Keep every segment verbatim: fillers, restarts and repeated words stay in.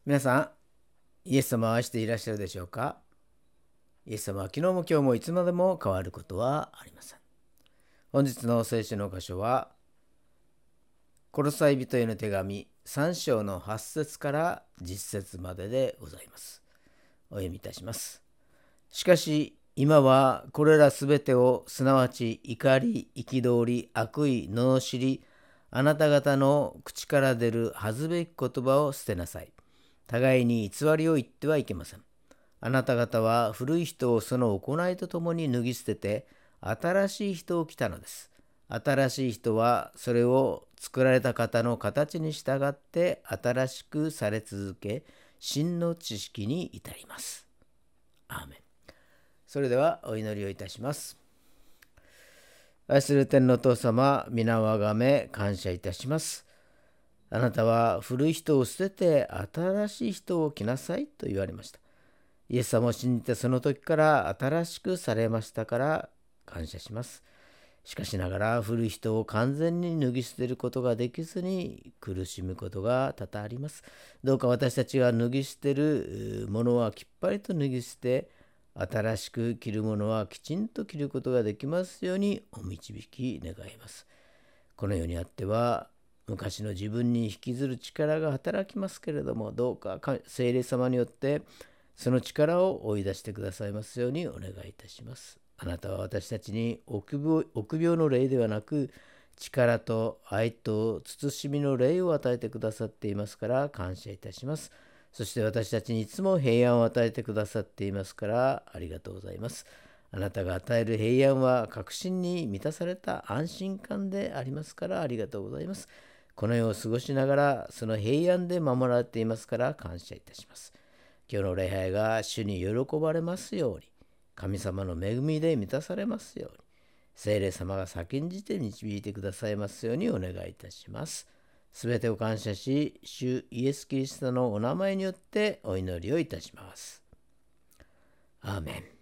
皆さん、イエス様を愛していらっしゃるでしょうか？イエス様は昨日も今日もいつまでも変わることはありません。本日の聖書の箇所は、コロサイ人への手紙さん章のはち節からじゅっ節まででございます。お読みいたします。しかし、今はこれらすべてを、すなわち怒り、憤り、悪意、罵り、あなた方の口から出る恥ずべき言葉を捨てなさい。互いに偽りを言ってはいけません。あなた方は古い人をその行いとともに脱ぎ捨てて、新しい人を着たのです。新しい人はそれを作られた方の形に従って新しくされ続け、真の知識に至ります。アーメン。それではお祈りをいたします。愛する天のお父様、皆をあがめ感謝いたします。あなたは古い人を捨てて新しい人を着なさいと言われました。イエス様を信じてその時から新しくされましたから感謝します。しかしながら古い人を完全に脱ぎ捨てることができずに苦しむことが多々あります。どうか私たちが脱ぎ捨てるものはきっぱりと脱ぎ捨て、新しく着るものはきちんと着ることができますようにお導き願います。この世にあっては昔の自分に引きずる力が働きますけれども、どうか聖霊様によってその力を追い出してくださいますようにお願いいたします。あなたは私たちに臆病、臆病の霊ではなく、力と愛と慎みの霊を与えてくださっていますから感謝いたします。そして私たちにいつも平安を与えてくださっていますからありがとうございます。あなたが与える平安は確信に満たされた安心感でありますからありがとうございます。この世を過ごしながらその平安で守られていますから感謝いたします。今日の礼拝が主に喜ばれますように、神様の恵みで満たされますように、聖霊様が先んじて導いてくださいますようにお願いいたします。すべてを感謝し、主イエス・キリストのお名前によってお祈りをいたします。アーメン。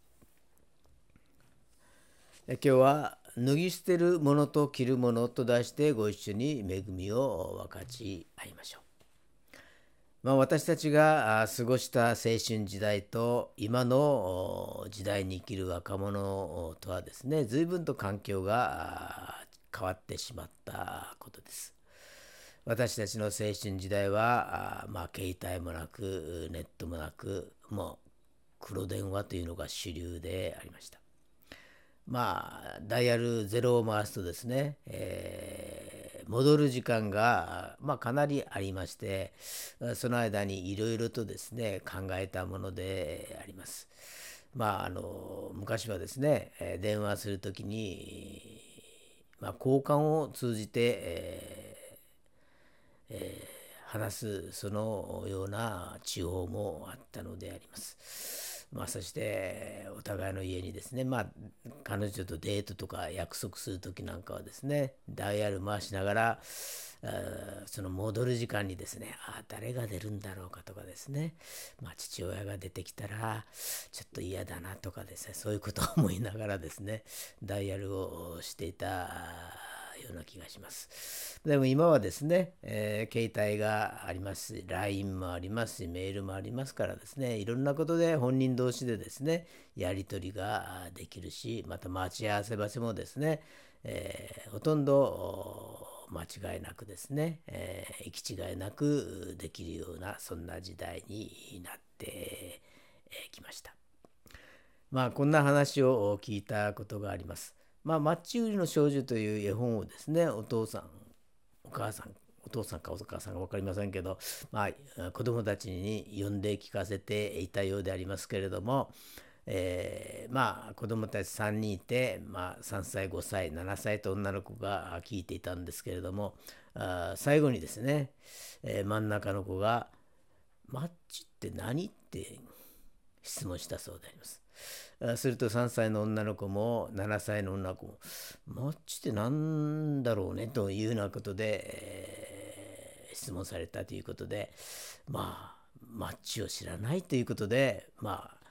今日は脱ぎ捨てるものと着るものと題してご一緒に恵みを分かち合いましょう。まあ、私たちが過ごした青春時代と今の時代に生きる若者とはですね、随分と環境が変わってしまったことです。私たちの青春時代は、まあ、携帯もなくネットもなく、もう黒電話というのが主流でありました。まあダイヤルゼロを回すとですね、えー、戻る時間が、まあ、かなりありまして、その間にいろいろとですね考えたものであります。まああの昔はですね、電話するときに、まあ、交換を通じて、えーえー話すそのような地方もあったのであります。まあ、そしてお互いの家にですね、まあ、彼女とデートとか約束する時なんかはですね、ダイヤル回しながら、その戻る時間にですね、あ誰が出るんだろうかとかですね、まあ、父親が出てきたらちょっと嫌だなとかですね、そういうことを思いながらですね、ダイヤルをしていたような気がします。でも今はですね、えー、携帯がありますし、ライン もありますし、メールもありますからですね、いろんなことで本人同士でですね、やり取りができるし、また待ち合わせ場所もですね、えー、ほとんど間違いなくですね、えー、行き違いなくできるような、そんな時代になってきました。まあこんな話を聞いたことがあります。まあ、マッチ売りの少女という絵本をですね、お父さん、お母さん、お父さんかお母さんか分かりませんけど、まあ、子供たちに読んで聞かせていたようでありますけれども、えー、まあ子供たちさんにんいて、まあ、さんさいごさいななさいと女の子が聞いていたんですけれども、あ最後にですね、えー、真ん中の子が「マッチって何?」って質問したそうであります。するとさんさいの女の子もななさいの女の子もマッチって何だろうねというようなことで、えー、質問されたということで、まあマッチを知らないということで、まあ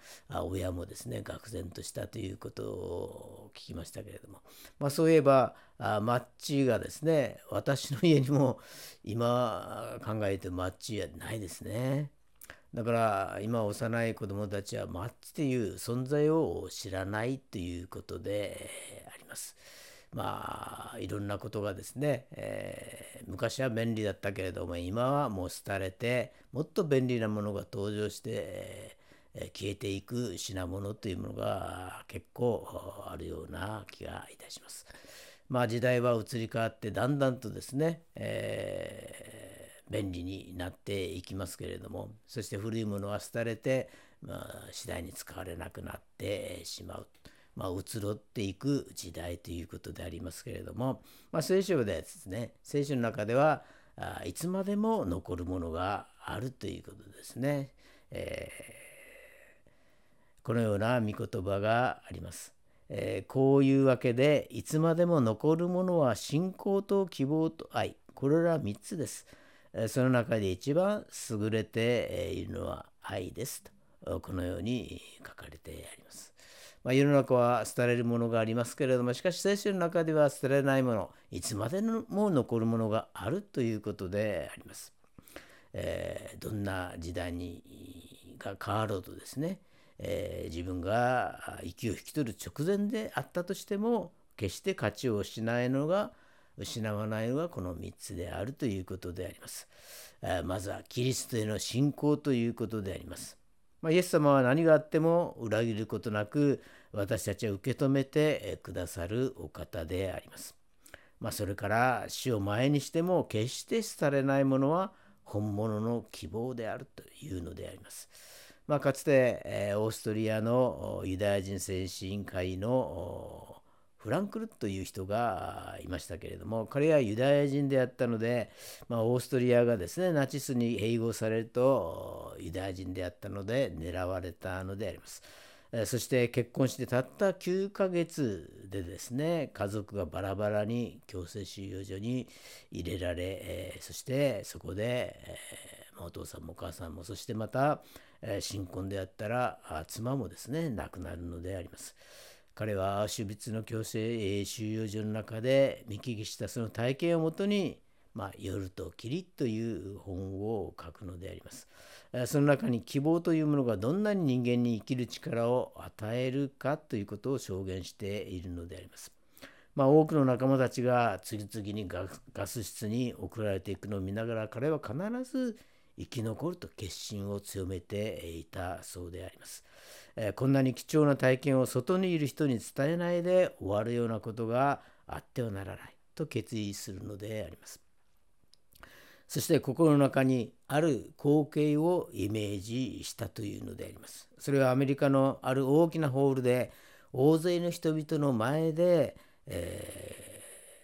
親もですね愕然としたということを聞きましたけれども、まあ、そういえばマッチがですね、私の家にも今考えてマッチはないですね。だから今幼い子どもたちはマッチという存在を知らないということであります。まあいろんなことがですね、えー、昔は便利だったけれども今はもう廃れて、もっと便利なものが登場して、えー、消えていく品物というものが結構あるような気がいたします。まあ時代は移り変わってだんだんとですね、えー便利になっていきますけれども、そして古いものは廃れて、まあ、次第に使われなくなってしまう、まあ、移ろっていく時代ということでありますけれども、まあ、聖書でですね、聖書の中ではいつまでも残るものがあるということですね。えー、このような御言葉があります。えー、こういうわけでいつまでも残るものは信仰と希望と愛、これらみっつです。その中で一番優れているのは愛ですと、このように書かれてあります。まあ、世の中は捨てられるものがありますけれども、しかし聖書の中では捨てられないもの、いつまでも残るものがあるということであります。えー、どんな時代にが変わろうとですね、えー、自分が息を引き取る直前であったとしても決して価値を失えのが失わないのがこのみっつであるということであります。まずはキリストへの信仰ということであります。まあ、イエス様は何があっても裏切ることなく私たちは受け止めてくださるお方であります。まあ、それから死を前にしても決して廃れないものは本物の希望であるというのであります。まあ、かつて、えー、オーストリアのユダヤ人戦士委員会のフランクルという人がいましたけれども、彼はユダヤ人であったので、まあ、オーストリアがですねナチスに併合されるとユダヤ人であったので狙われたのであります。そして結婚してたったきゅうかげつでですね家族がバラバラに強制収容所に入れられ、えー、そしてそこで、えー、お父さんもお母さんもそしてまた、えー、新婚であったら妻もですね亡くなるのであります。彼はアウシュビッツの強制収容所の中で見聞きしたその体験をもとに、まあ、夜と霧という本を書くのであります。その中に希望というものがどんなに人間に生きる力を与えるかということを証言しているのであります。まあ、多くの仲間たちが次々にガス室に送られていくのを見ながら彼は必ず生き残ると決心を強めていたそうであります。えー、こんなに貴重な体験を外にいる人に伝えないで終わるようなことがあってはならないと決意するのであります。そして心の中にある光景をイメージしたというのであります。それはアメリカのある大きなホールで大勢の人々の前で、え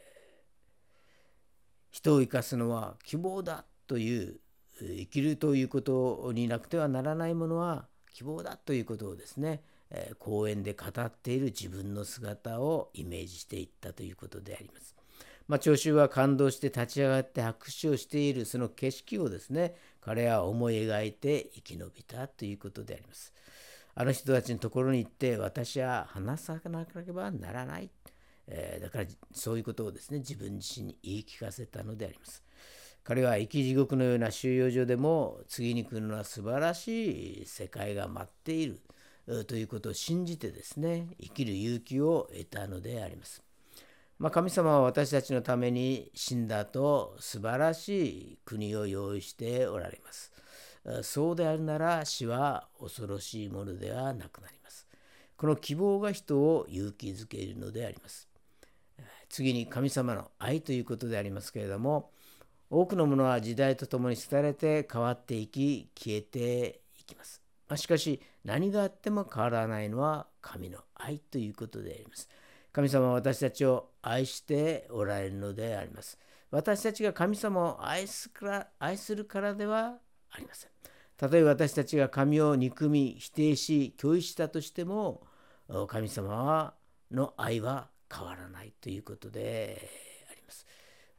ー、人を生かすのは希望だという生きるということになくてはならないものは希望だということをですね、えー、講演で語っている自分の姿をイメージしていったということであります。まあ、聴衆は感動して立ち上がって拍手をしているその景色をですね彼は思い描いて生き延びたということであります。あの人たちのところに行って私は話さなければならない、えー、だからそういうことをですね自分自身に言い聞かせたのであります。彼は生き地獄のような収容所でも次に来るのは素晴らしい世界が待っているということを信じてですね生きる勇気を得たのであります。まあ、神様は私たちのために死んだ後素晴らしい国を用意しておられます。そうであるなら死は恐ろしいものではなくなります。この希望が人を勇気づけるのであります。次に神様の愛ということでありますけれども、多くのものは時代とともに廃れて変わっていき消えていきます。しかし何があっても変わらないのは神の愛ということであります。神様は私たちを愛しておられるのであります。私たちが神様を愛すから、愛するからではありません。たとえ私たちが神を憎み否定し拒否したとしても神様の愛は変わらないということであります。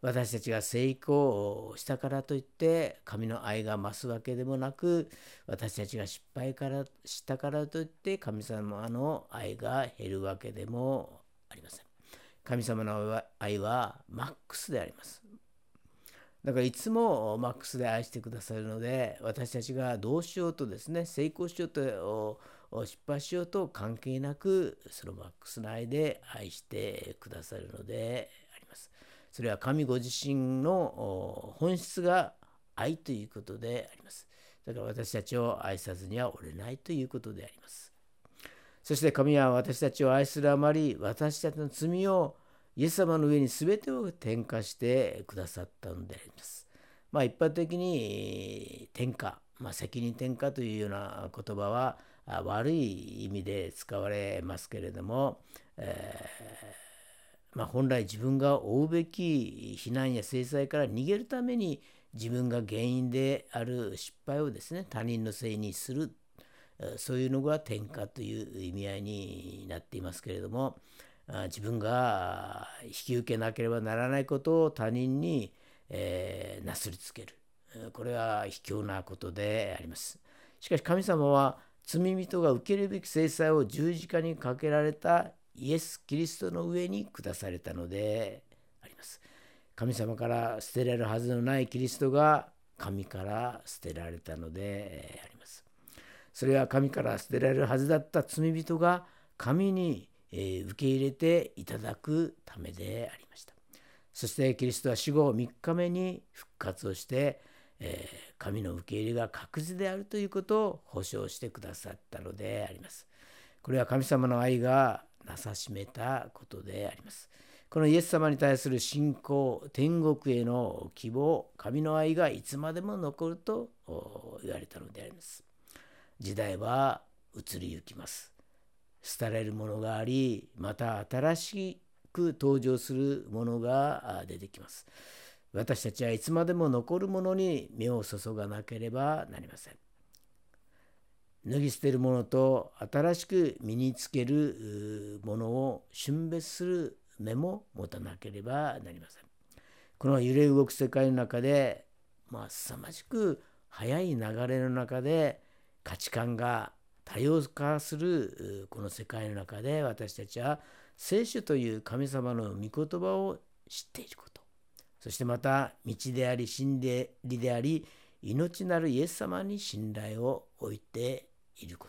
私たちが成功したからといって神の愛が増すわけでもなく、私たちが失敗からしたからといって神様の愛が減るわけでもありません。神様の愛はマックスであります。だからいつもマックスで愛してくださるので、私たちがどうしようとですね、成功しようと失敗しようと関係なく、そのマックスの愛で愛してくださるのであります。それは神ご自身の本質が愛ということであります。だから私たちを愛さずにはおれないということであります。そして神は私たちを愛するあまり、私たちの罪をイエス様の上に全てを転嫁してくださったのであります。まあ一般的に転嫁、まあ、責任転嫁というような言葉は悪い意味で使われますけれども、えーまあ、本来自分が負うべき非難や制裁から逃げるために自分が原因である失敗をですね、他人のせいにする、そういうのが転嫁という意味合いになっていますけれども、自分が引き受けなければならないことを他人に、えー、なすりつける、これは卑怯なことであります。しかし神様は罪人が受けるべき制裁を十字架にかけられたイエス・キリストの上に下されたのであります。神様から捨てられるはずのないキリストが神から捨てられたのであります。それは神から捨てられるはずだった罪人が神に受け入れていただくためでありました。そしてキリストは死後みっかめに復活をして、神の受け入れが確実であるということを保証してくださったのであります。これは神様の愛がなさしめたことであります。このイエス様に対する信仰、天国への希望、神の愛がいつまでも残ると言われたのであります。時代は移りゆきます。廃れるものがあり、また新しく登場するものが出てきます。私たちはいつまでも残るものに目を注がなければなりません。脱ぎ捨てるものと新しく身につけるものを峻別する目も持たなければなりません。この揺れ動く世界の中で、まあ、凄まじく速い流れの中で価値観が多様化するこの世界の中で、私たちは聖書という神様の御言葉を知っていること、そしてまた道であり真理であり命なるイエス様に信頼を置いていること、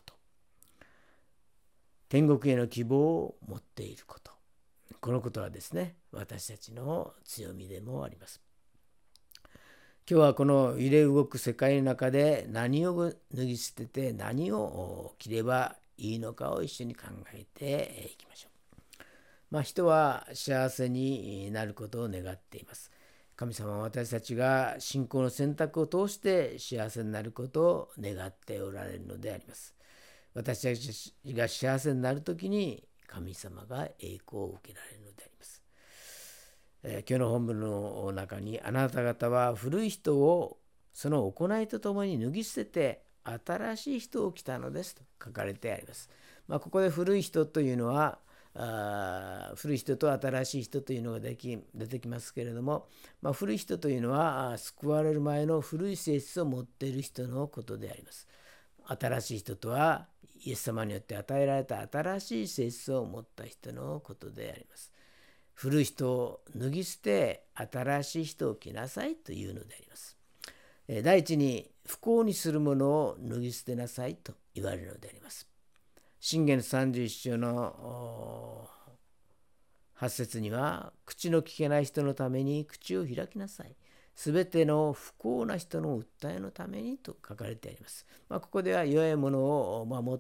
天国への希望を持っていること、このことはですね、私たちの強みでもあります。今日はこの揺れ動く世界の中で何を脱ぎ捨てて何を着ればいいのかを一緒に考えていきましょう。まあ、人は幸せになることを願っています。神様は私たちが信仰の選択を通して幸せになることを願っておられるのであります。私たちが幸せになるときに神様が栄光を受けられるのであります。えー、今日の本文の中に、あなた方は古い人をその行いとともに脱ぎ捨てて新しい人を着たのですと書かれてあります。まあ、ここで古い人というのはあ古い人と新しい人というのができ出てきますけれども、まあ、古い人というのは救われる前の古い性質を持っている人のことであります。新しい人とはイエス様によって与えられた新しい性質を持った人のことであります。古い人を脱ぎ捨て新しい人を着なさいというのであります。第一に不幸にするものを脱ぎ捨てなさいと言われるのであります。箴言さんじゅういっ章のはち節には、口の聞けない人のために口を開きなさい。すべての不幸な人の訴えのためにと書かれてあります。まあ、ここでは弱い者を守って、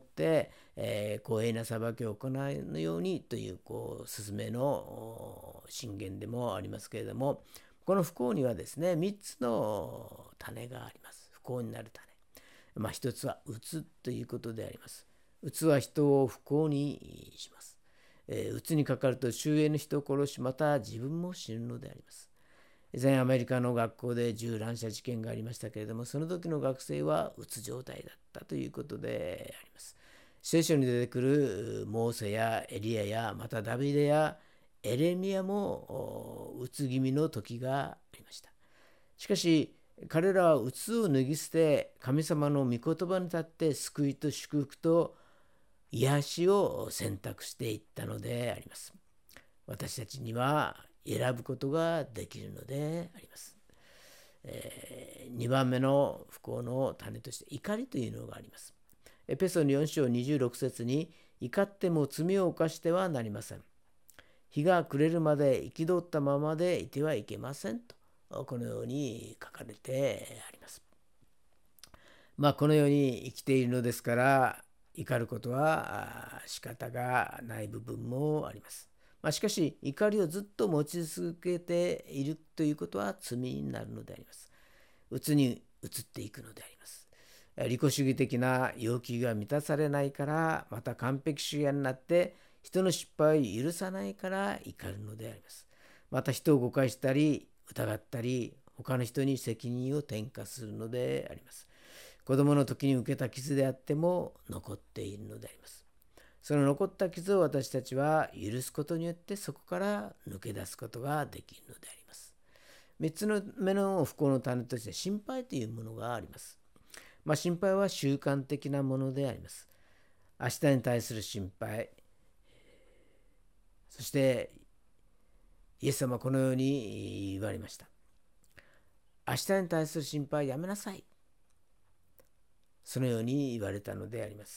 えー、公平な裁きを行うようにという、こう勧めの箴言でもありますけれども、この不幸にはですね、みっつの種があります。不幸になる種。まあ、一つはうつということであります。うつは人を不幸にします。えー、うつにかかると周囲の人を殺し、また自分も死ぬのであります。以前アメリカの学校で銃乱射事件がありましたけれども、その時の学生はうつ状態だったということであります。聖書に出てくるモーセやエリアやまたダビデやエレミヤもうつ気味の時がありました。しかし彼らはうつを脱ぎ捨て、神様の御言葉に立って救いと祝福と癒しを選択していったのであります。私たちには選ぶことができるのであります。えー、にばんめの不幸の種として怒りというのがあります。エペソのよん章にじゅうろく節に、怒っても罪を犯してはなりません。日が暮れるまで憤ったままでいてはいけませんと、このように書かれてあります。まあこのように生きているのですから、怒ることは仕方がない部分もあります。まあ、しかし怒りをずっと持ち続けているということは罪になるのであります。鬱に移っていくのであります。利己主義的な要求が満たされないから、また完璧主義になって人の失敗を許さないから怒るのであります。また人を誤解したり疑ったり、他の人に責任を転嫁するのであります。子供の時に受けた傷であっても残っているのであります。その残った傷を私たちは許すことによってそこから抜け出すことができるのであります。みっつの目の不幸の種として心配というものがあります。まあ、心配は習慣的なものであります。明日に対する心配、そしてイエス様はこのように言われました。明日に対する心配やめなさい。そのように言われたのであります。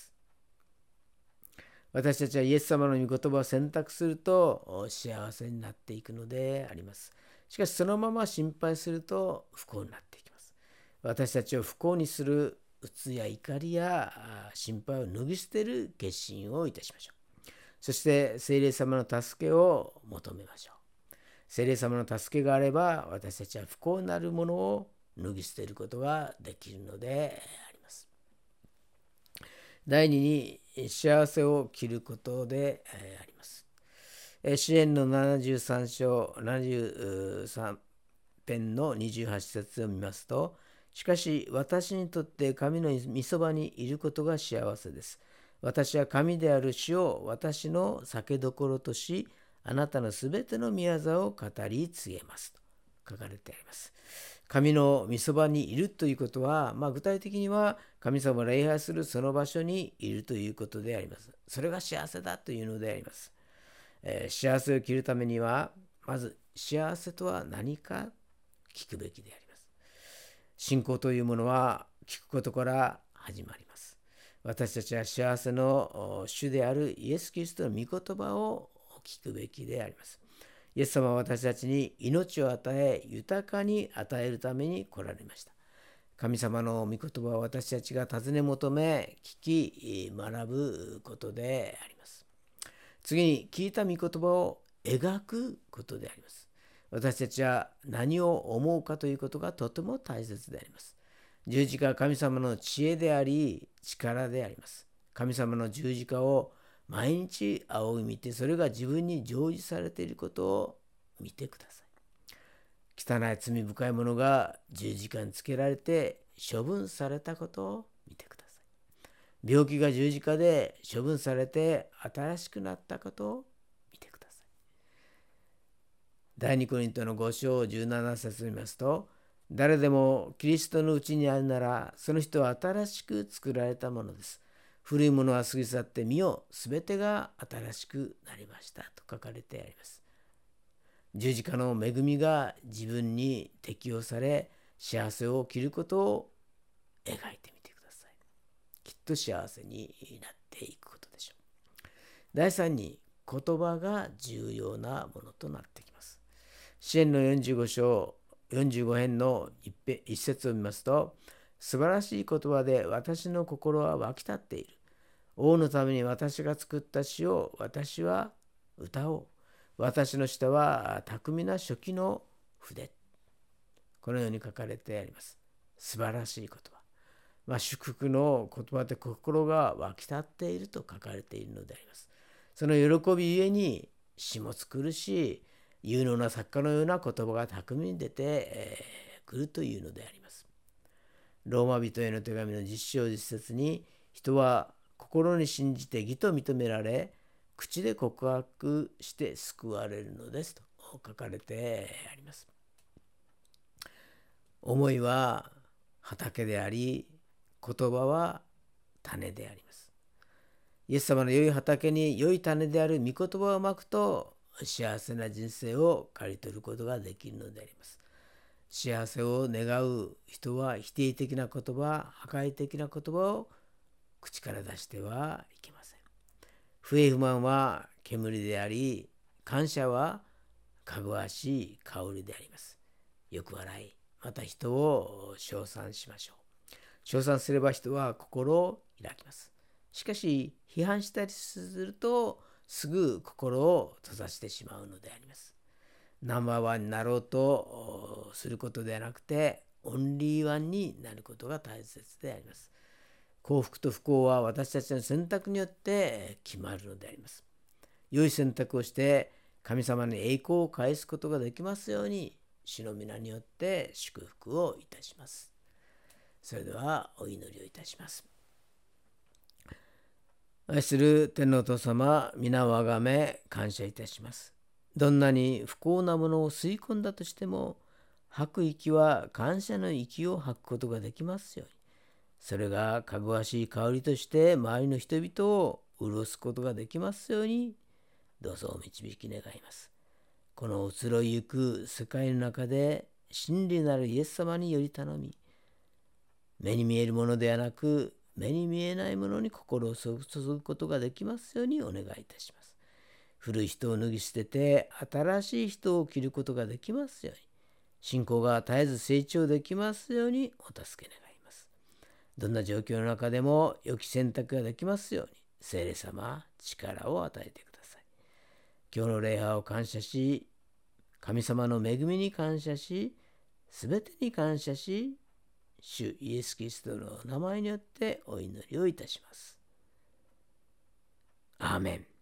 私たちはイエス様の御言葉を選択すると幸せになっていくのであります。しかしそのまま心配すると不幸になっていきます。私たちを不幸にする鬱や怒りや心配を脱ぎ捨てる決心をいたしましょう。そして聖霊様の助けを求めましょう。聖霊様の助けがあれば私たちは不幸になるものを脱ぎ捨てることができるのであります。第二に幸せを着ることであります。詩編のななじゅうさん章ななじゅうさん編のにじゅうはち節を見ますと、しかし私にとって神の御そばにいることが幸せです。私は神である主を私の酒どころとし、あなたのすべての御業を語り告げますと書かれてあります。神の御そばにいるということは、まあ、具体的には神様を礼拝するその場所にいるということであります。それが幸せだというのであります。えー、幸せを着るためには、まず幸せとは何か聞くべきであります。信仰というものは聞くことから始まります。私たちは幸せの主であるイエス・キリストの御言葉を聞くべきであります。イエス様は私たちに命を与え、豊かに与えるために来られました。神様の御言葉を私たちが尋ね求め、聞き、学ぶことであります。次に、聞いた御言葉を描くことであります。私たちは何を思うかということがとても大切であります。十字架は神様の知恵であり、力であります。神様の十字架を毎日仰ぎ見て、それが自分に成就されていることを見てください。汚い罪深いものが十字架につけられて処分されたことを見てください。病気が十字架で処分されて新しくなったことを見てください。第二コリントのご章じゅうなな節を見ますと、誰でもキリストのうちにあるなら、その人は新しく作られたものです。古いものは過ぎ去って見よ、すべてが新しくなりましたと書かれてあります。十字架の恵みが自分に適用され、幸せを着ることを描いてみてください。きっと幸せになっていくことでしょう。第三に、言葉が重要なものとなってきます。詩編のよんじゅうご章よんじゅうご編の一節を見ますと、素晴らしい言葉で私の心は沸き立っている。王のために私が作った詩を私は歌おう。私の舌は巧みな書記の筆。このように書かれてあります。素晴らしい言葉。まあ、祝福の言葉で心が沸き立っていると書かれているのであります。その喜びゆえに詩も作るし、有能な作家のような言葉が巧みに出てくるというのであります。ローマ人への手紙の実章実節に、人は心に信じて義と認められ、 口で告白して救われるのですと書かれてあります。思いは畑であり、言葉は種であります。イエス様の良い畑に良い種である御言葉をまくと、幸せな人生を刈り取ることができるのであります。幸せを願う人は否定的な言葉、破壊的な言葉を口から出してはいけません。不平不満は煙であり、感謝はかぐわしい香りであります。よく笑い、また人を称賛しましょう。称賛すれば人は心を開きます。しかし、批判したりすると、すぐ心を閉ざしてしまうのであります。ナンバーワンになろうとすることではなくて、オンリーワンになることが大切であります。幸福と不幸は私たちの選択によって決まるのであります。良い選択をして神様に栄光を返すことができますように、主の皆によって祝福をいたします。それではお祈りをいたします。愛する天のお父様、皆をあがめ感謝いたします。どんなに不幸なものを吸い込んだとしても、吐く息は感謝の息を吐くことができますように。それがかぐわしい香りとして周りの人々を潤すことができますように、どうぞお導き願います。この移ろいゆく世界の中で真理なるイエス様により頼み、目に見えるものではなく、目に見えないものに心を注ぐことができますようにお願いいたします。古い人を脱ぎ捨てて新しい人を着ることができますように、信仰が絶えず成長できますようにお助け願います。どんな状況の中でも良き選択ができますように、聖霊様、力を与えてください。今日の礼拝を感謝し、神様の恵みに感謝し、すべてに感謝し、主イエス・キリストの名前によってお祈りをいたします。アーメン。